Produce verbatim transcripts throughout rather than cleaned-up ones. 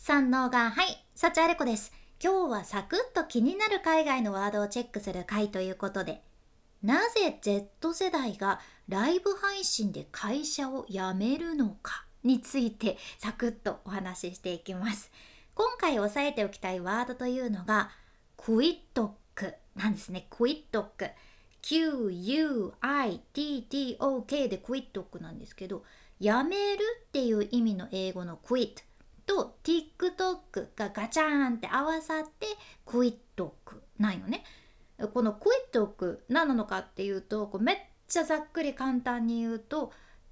三能がはい、幸あれ子です。今日はサクッと気になる海外のワードをチェックする回ということで、なぜ Z 世代がライブ配信で会社を辞めるのかについてサクッとお話ししていきます。今回押さえておきたいワードというのがクイットックなんですね。クイットック キューユーアイティーティーオーケー でクイットックなんですけど、辞めるっていう意味の英語のクイットと TikTok がガチャーンって合わさってクイットックなんよね。このクイットック何なのかっていうと、こうめっちゃざっくり簡単に言うと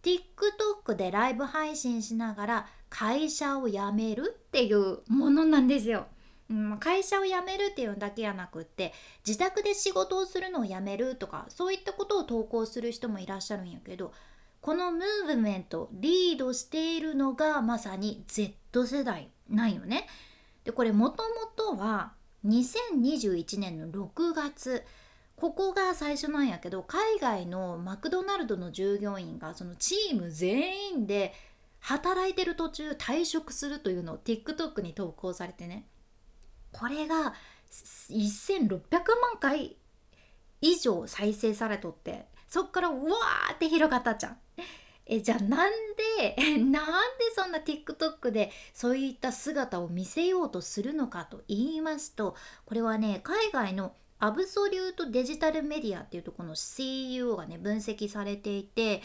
TikTok でライブ配信しながら会社を辞めるっていうものなんですよ。うん、会社を辞めるっていうだけじゃなくって自宅で仕事をするのをやめるとかそういったことを投稿する人もいらっしゃるんやけど、このムーブメントリードしているのがまさに Z 世代なんよね。でこれもともとはにせんにじゅういちねんのろくがつ、ここが最初なんやけど、海外のマクドナルドの従業員がそのチーム全員で働いてる途中退職するというのを TikTok に投稿されてね、これがせんろっぴゃくまんかい以上再生されとって、そっからうわーって広がったじゃん。えじゃあなんでなんでそんな TikTok でそういった姿を見せようとするのかと言いますと、これはね、海外のアブソリュートデジタルメディアっていうところの シーイーオー がね分析されていて、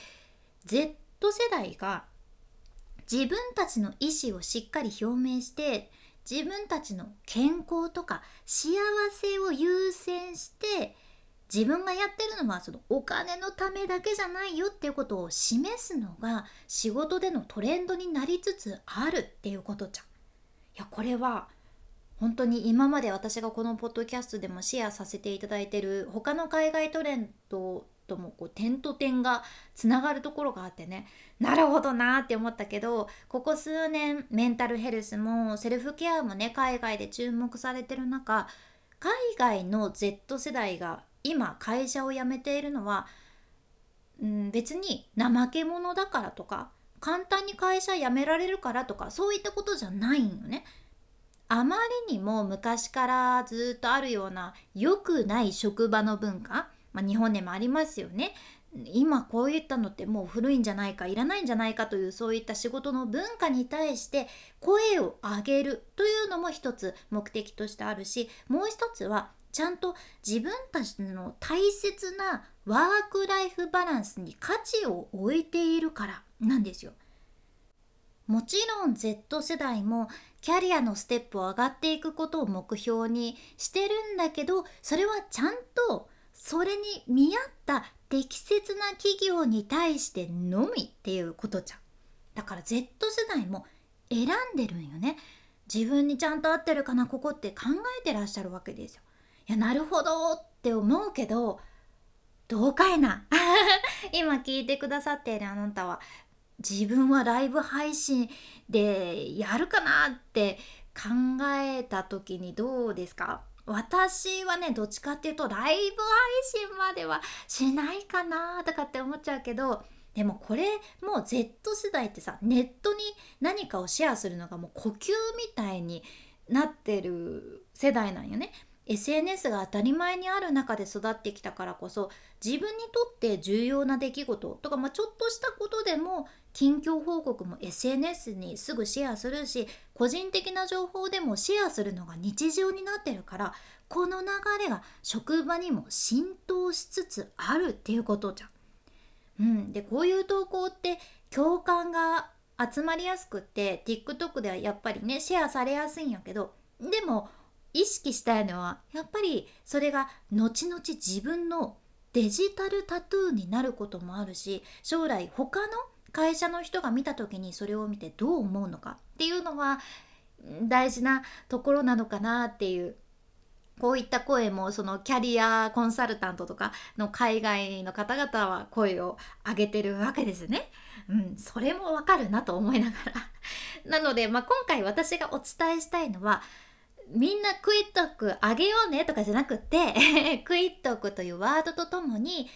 Z 世代が自分たちの意思をしっかり表明して自分たちの健康とか幸せを優先して自分がやってるのはそのお金のためだけじゃないよっていうことを示すのが仕事でのトレンドになりつつあるっていうことじゃん。いやこれは本当に今まで私がこのポッドキャストでもシェアさせていただいてる他の海外トレンドともこう点と点がつながるところがあってね、なるほどなって思ったけど、ここ数年メンタルヘルスもセルフケアもね海外で注目されてる中、海外の Z 世代が今会社を辞めているのは、うん、別に怠け者だからとか簡単に会社辞められるからとかそういったことじゃないんよね。あまりにも昔からずっとあるような良くない職場の文化、まあ、日本でもありますよね。今こういったのってもう古いんじゃないかいらないんじゃないかというそういった仕事の文化に対して声を上げるというのも一つ目的としてあるし、もう一つはちゃんと自分たちの大切なワークライフバランスに価値を置いているからなんですよ。もちろん Z 世代もキャリアのステップを上がっていくことを目標にしてるんだけど、それはちゃんとそれに見合った適切な企業に対してのみっていうことじゃん。だから Z 世代も選んでるんよね。自分にちゃんと合ってるかなここって考えてらっしゃるわけですよ。いやなるほどって思うけど、どうかいな今聞いてくださっているあなたは自分はライブ配信でやるかなって考えた時にどうですか？私はねどっちかっていうとライブ配信まではしないかなとかって思っちゃうけど、でもこれもう Z 世代ってさ、ネットに何かをシェアするのがもう呼吸みたいになってる世代なんよね。エスエヌエス が当たり前にある中で育ってきたからこそ、自分にとって重要な出来事とか、まあ、ちょっとしたことでも近況報告も エスエヌエス にすぐシェアするし、個人的な情報でもシェアするのが日常になってるから、この流れが職場にも浸透しつつあるっていうことじゃん。うん、でこういう投稿って共感が集まりやすくって TikTok ではやっぱりねシェアされやすいんやけど、でも意識したいのはやっぱりそれが後々自分のデジタルタトゥーになることもあるし、将来他の会社の人が見た時にそれを見てどう思うのかっていうのは大事なところなのかなっていう、こういった声もそのキャリアコンサルタントとかの海外の方々は声を上げてるわけですね。うん、それもわかるなと思いながらなので、まあ、今回私がお伝えしたいのは、みんなクイットックあげようねとかじゃなくてクイットックというワードとともに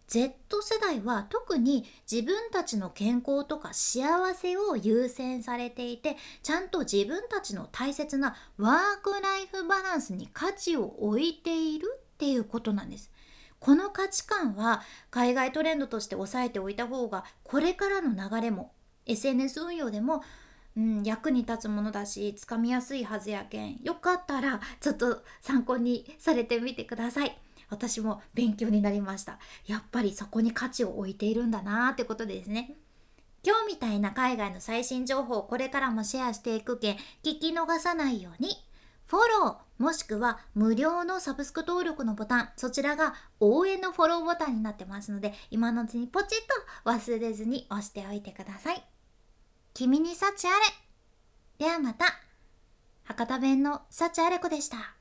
Z 世代は特に自分たちの健康とか幸せを優先されていて、ちゃんと自分たちの大切なワークライフバランスに価値を置いているっていうことなんです。この価値観は海外トレンドとして押さえておいた方が、これからの流れも エスエヌエス 運用でも、うん、役に立つものだし、つかみやすいはずやけん、よかったらちょっと参考にされてみてください。私も勉強になりました。やっぱりそこに価値を置いているんだなーってことですね。今日みたいな海外の最新情報をこれからもシェアしていくけん、聞き逃さないようにフォローもしくは無料のサブスク登録のボタン、そちらが応援のフォローボタンになってますので、今のうちにポチッと忘れずに押しておいてください。君に幸あれ。ではまた。博多弁の幸あれ子でした。